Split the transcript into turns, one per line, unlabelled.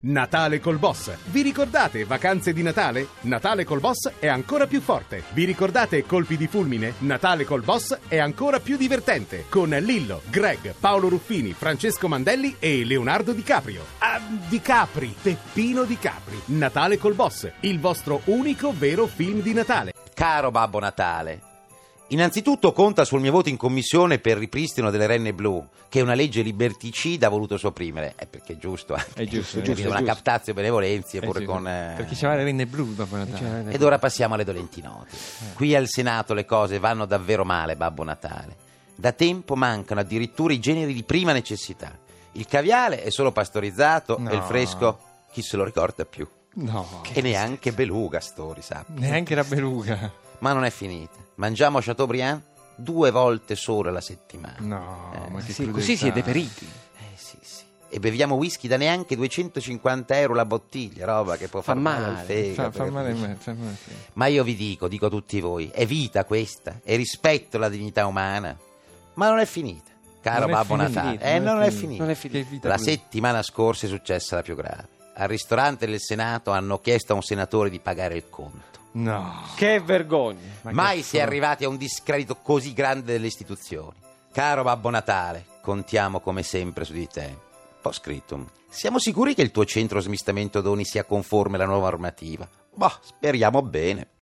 Natale col Boss. Vi ricordate vacanze di Natale? Natale col Boss è ancora più forte. Vi ricordate colpi di fulmine? Natale col Boss è ancora più divertente. Con Lillo, Greg, Paolo Ruffini, Francesco Mandelli e Leonardo Di Caprio. Di Capri, Peppino Di Capri. Natale col Boss, il vostro unico vero film di Natale.
Caro Babbo Natale, innanzitutto conta sul mio voto in commissione per il ripristino delle renne blu, che è una legge liberticida ha voluto sopprimere. Perché è giusto,
È giusto,
una captazio benevolenzi pure
sì,
con...
Perché c'era le renne blu dopo Natale.
Ed ora passiamo alle dolenti note. Qui al Senato le cose vanno davvero male, Babbo Natale. Da tempo mancano addirittura i generi di prima necessità. Il caviale è solo pastorizzato e il fresco chi se lo ricorda più.
No.
E neanche beluga, Stori, sappia.
Neanche la beluga.
Ma non è finita. Mangiamo Chateaubriand 2 volte solo alla settimana.
No, ma che
Sì,
crudeltà.
così si è deperiti.
Sì. E beviamo whisky da neanche 250 euro la bottiglia, roba che può far male al fegato.
Fa male a me, fa male.
Ma io vi dico a tutti voi, è vita questa, è rispetto alla dignità umana. Ma non è finita, caro
Non è
Babbo
finita,
Natale. Non è finita.
Non è finito.
Che vita
La
così.
settimana scorsa è successa la più grave. Al ristorante del Senato hanno chiesto a un senatore di pagare il conto.
No.
Che vergogna.
Mai si è arrivati a un discredito così grande delle istituzioni. Caro Babbo Natale, contiamo come sempre su di te. Post scriptum. Siamo sicuri che il tuo centro smistamento doni sia conforme alla nuova normativa? Boh, speriamo bene.